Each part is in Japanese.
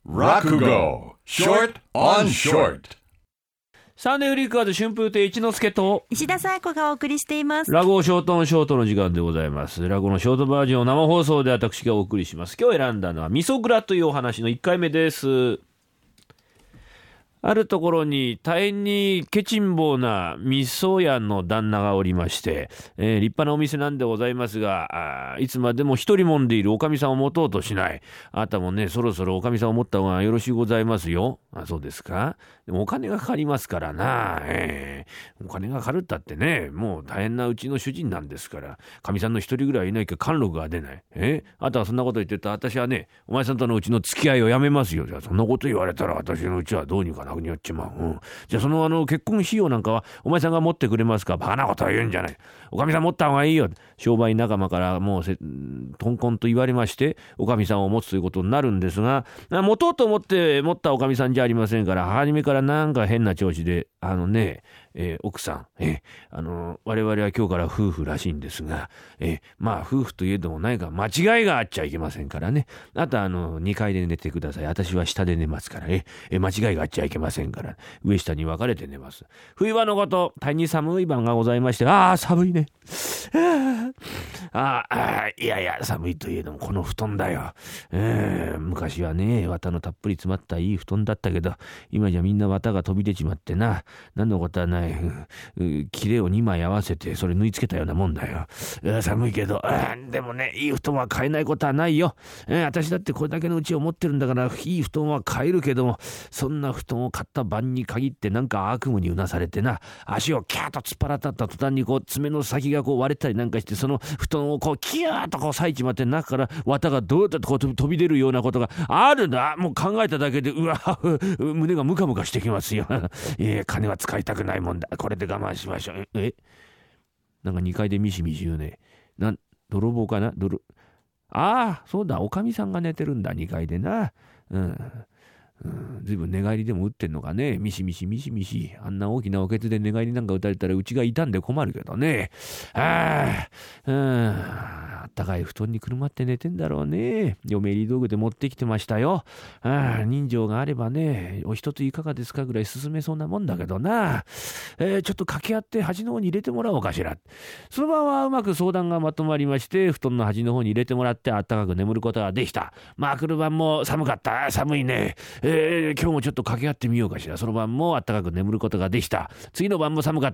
落語 Short on Short。 サンデーフリッカーズ春風亭一之輔と石田紗友子がお送りしています。 落語ショートオンショートの時間でございます。落語のショートバージョンを生放送で私がお送りします。今日選んだのは味噌蔵というお話の1回目です。あるところに大変にケチンボな味噌屋の旦那がおりまして、立派なお店なんでございますが、いつまでも一人もんでいるおかみさんを持とうとしない。あなたもね、そろそろおかみさんを持った方がよろしゅうございますよ。そうですか。でもお金がかかりますからな、お金がかかるったってね、もう大変なうちの主人なんですから、かみさんの一人ぐらいいないと貫禄が出ない。あなたはそんなこと言ってると、私はね、お前さんとのうちの付き合いをやめますよ。じゃあそんなこと言われたら私のうちはどうにかなくにやっちまう。じゃあその結婚費用なんかはお前さんが持ってくれますか。バカなことは言うんじゃない。おかみさん持った方がいいよ。商売仲間からもうトンコンと言われまして、おかみさんを持つということになるんですが、持とうと思って持ったおかみさんじゃありませんから、初めからなんか変な調子で、奥さん、我々は今日から夫婦らしいんですが、まあ夫婦といえどもないが間違いがあっちゃいけませんからね。あと2階で寝てください。私は下で寝ますからね。間違いがあっちゃいけませんから、上下に分かれて寝ます。冬場のこと、大変に寒い晩がございまして、寒いね。いやいや寒いといえどもこの布団だよ。昔はね、綿のたっぷり詰まったいい布団だったけど、今じゃみんな綿が飛び出ちまってな、何のことはない。切れを2枚合わせてそれ縫い付けたようなもんだよ。寒いけど、でもね、いい布団は買えないことはないよ。私だってこれだけのうちを持ってるんだから、いい布団は買えるけども、そんな布団を買った晩に限ってなんか悪夢にうなされてな、足をキャーッと突っ張らった途端に爪の先が割れたりなんかして、その布団をキューッと裂いちまって、中から綿がどうやって飛び出るようなことがあるんだ。もう考えただけで胸がムカムカしてきますよ。金は使いたくないもんだ。これで我慢しましょう。なんか2階でミシミシ言うね。泥棒かな。そうだ、おかみさんが寝てるんだ、2階でな。ずいぶん寝返りでも打ってんのかね。ミシミシミシミシ。あんな大きなおけつで寝返りなんか打たれたらうちが傷んで困るけどね。あったかい布団にくるまって寝てんだろうね。嫁入り道具で持ってきてましたよ。人情があればね、お一ついかがですかぐらい進めそうなもんだけどな。ちょっと掛け合って端の方に入れてもらおうかしら。その場はうまく相談がまとまりまして、布団の端の方に入れてもらってあったかく眠ることができた。来る晩も寒かった。寒いね。今日もちょっと掛け合ってみようかしら。その晩もあったかく眠ることができた。次の晩も寒かった。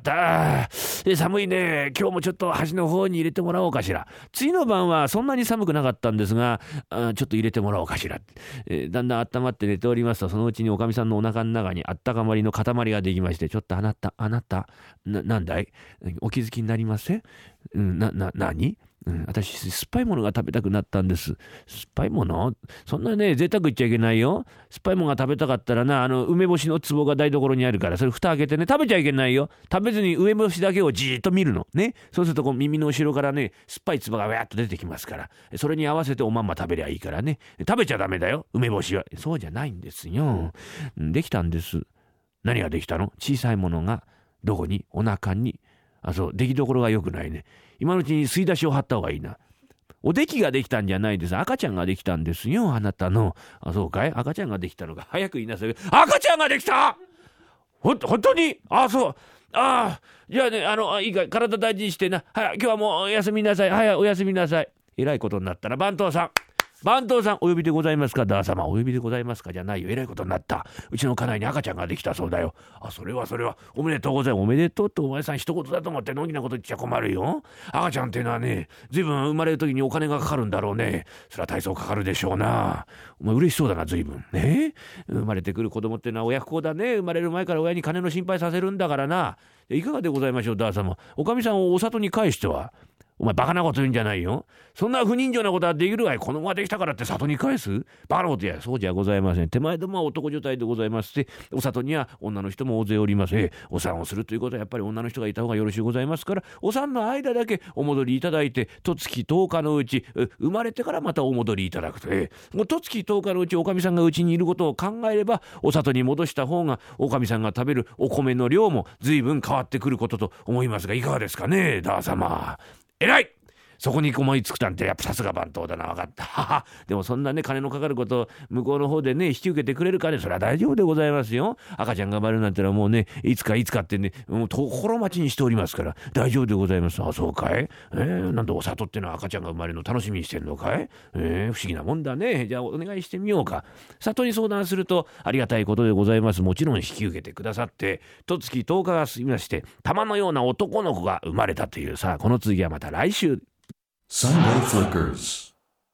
寒いね。今日もちょっと端の方に入れてもらおうかしら。次の晩はそんなに寒くなかったんですが、ちょっと入れてもらおうかしら。だんだん温まって寝ておりますと、そのうちにおかみさんのお腹の中にあったかまりの塊ができまして、ちょっとあなたなんだい、お気づきになりません？何？私酸っぱいものが食べたくなったんです。酸っぱいもの？そんなね、贅沢言っちゃいけないよ。酸っぱいものが食べたかったらな、梅干しの壺が台所にあるから、それ蓋開けてね、食べちゃいけないよ。食べずに梅干しだけをじーっと見るのね。そうすると耳の後ろからね、酸っぱい壺がわーっと出てきますから、それに合わせておまんま食べりゃいいからね。食べちゃダメだよ、梅干しは。そうじゃないんですよ。できたんです。何ができたの？小さいものがどこに？お腹に。出来どころが良くないね。今のうちに吸い出しを張った方がいいな。おできができたんじゃないです。赤ちゃんができたんですよ、あなたの。そうかい？赤ちゃんができたのか。早く言いなさい。赤ちゃんができた！本当に？そう。じゃあね、いいかい？体大事にしてな。今日はもうおやすみなさい。おやすみなさい。えらいことになったな。番頭さんお呼びでございますか？ダー様お呼びでございますかじゃないよ。えらいことになった。うちの家内に赤ちゃんができたそうだよ。それはおめでとうございます。おめでとうってお前さん一言だと思ってのんきなこと言っちゃ困るよ。赤ちゃんっていうのはね、ずいぶん生まれる時にお金がかかるんだろうね。それは大層かかるでしょうな。お前嬉しそうだな、ずいぶんね。生まれてくる子供っていうのは親不孝だね。生まれる前から親に金の心配させるんだからな。いかがでございましょう、ダー様。おかみさんをお里に返しては。お前バカなこと言うんじゃないよ。そんな不人情なことはできるわい。子供ができたからって里に返す？バカなことや。そうじゃございません。手前どもは男女体でございますし、お里には女の人も大勢おります。お産をするということはやっぱり女の人がいた方がよろしゅうございますから、お産の間だけお戻りいただいて、十月10日のうち生まれてからまたお戻りいただくと。もう十月10日のうちおかみさんがうちにいることを考えれば、お里に戻した方がおかみさんが食べるお米の量も随分変わってくることと思いますが、いかがですかね、ダー様。えらい！ そこに思いつくなんてやっぱさすが番頭だな。分かったでもそんなね金のかかること向こうの方でね引き受けてくれるかね。それは大丈夫でございますよ。赤ちゃんが生まれるなんてのはもうねいつかってねもう心待ちにしておりますから大丈夫でございます。あ、そうかい。なんでお里ってのは赤ちゃんが生まれるの楽しみにしてんのかい。不思議なもんだね。じゃあお願いしてみようか。里に相談するとありがたいことでございます。もちろん引き受けてくださってと月10日が過ぎまして玉のような男の子が生まれたというさ。この続きはまた来週。 Sunday Flickers.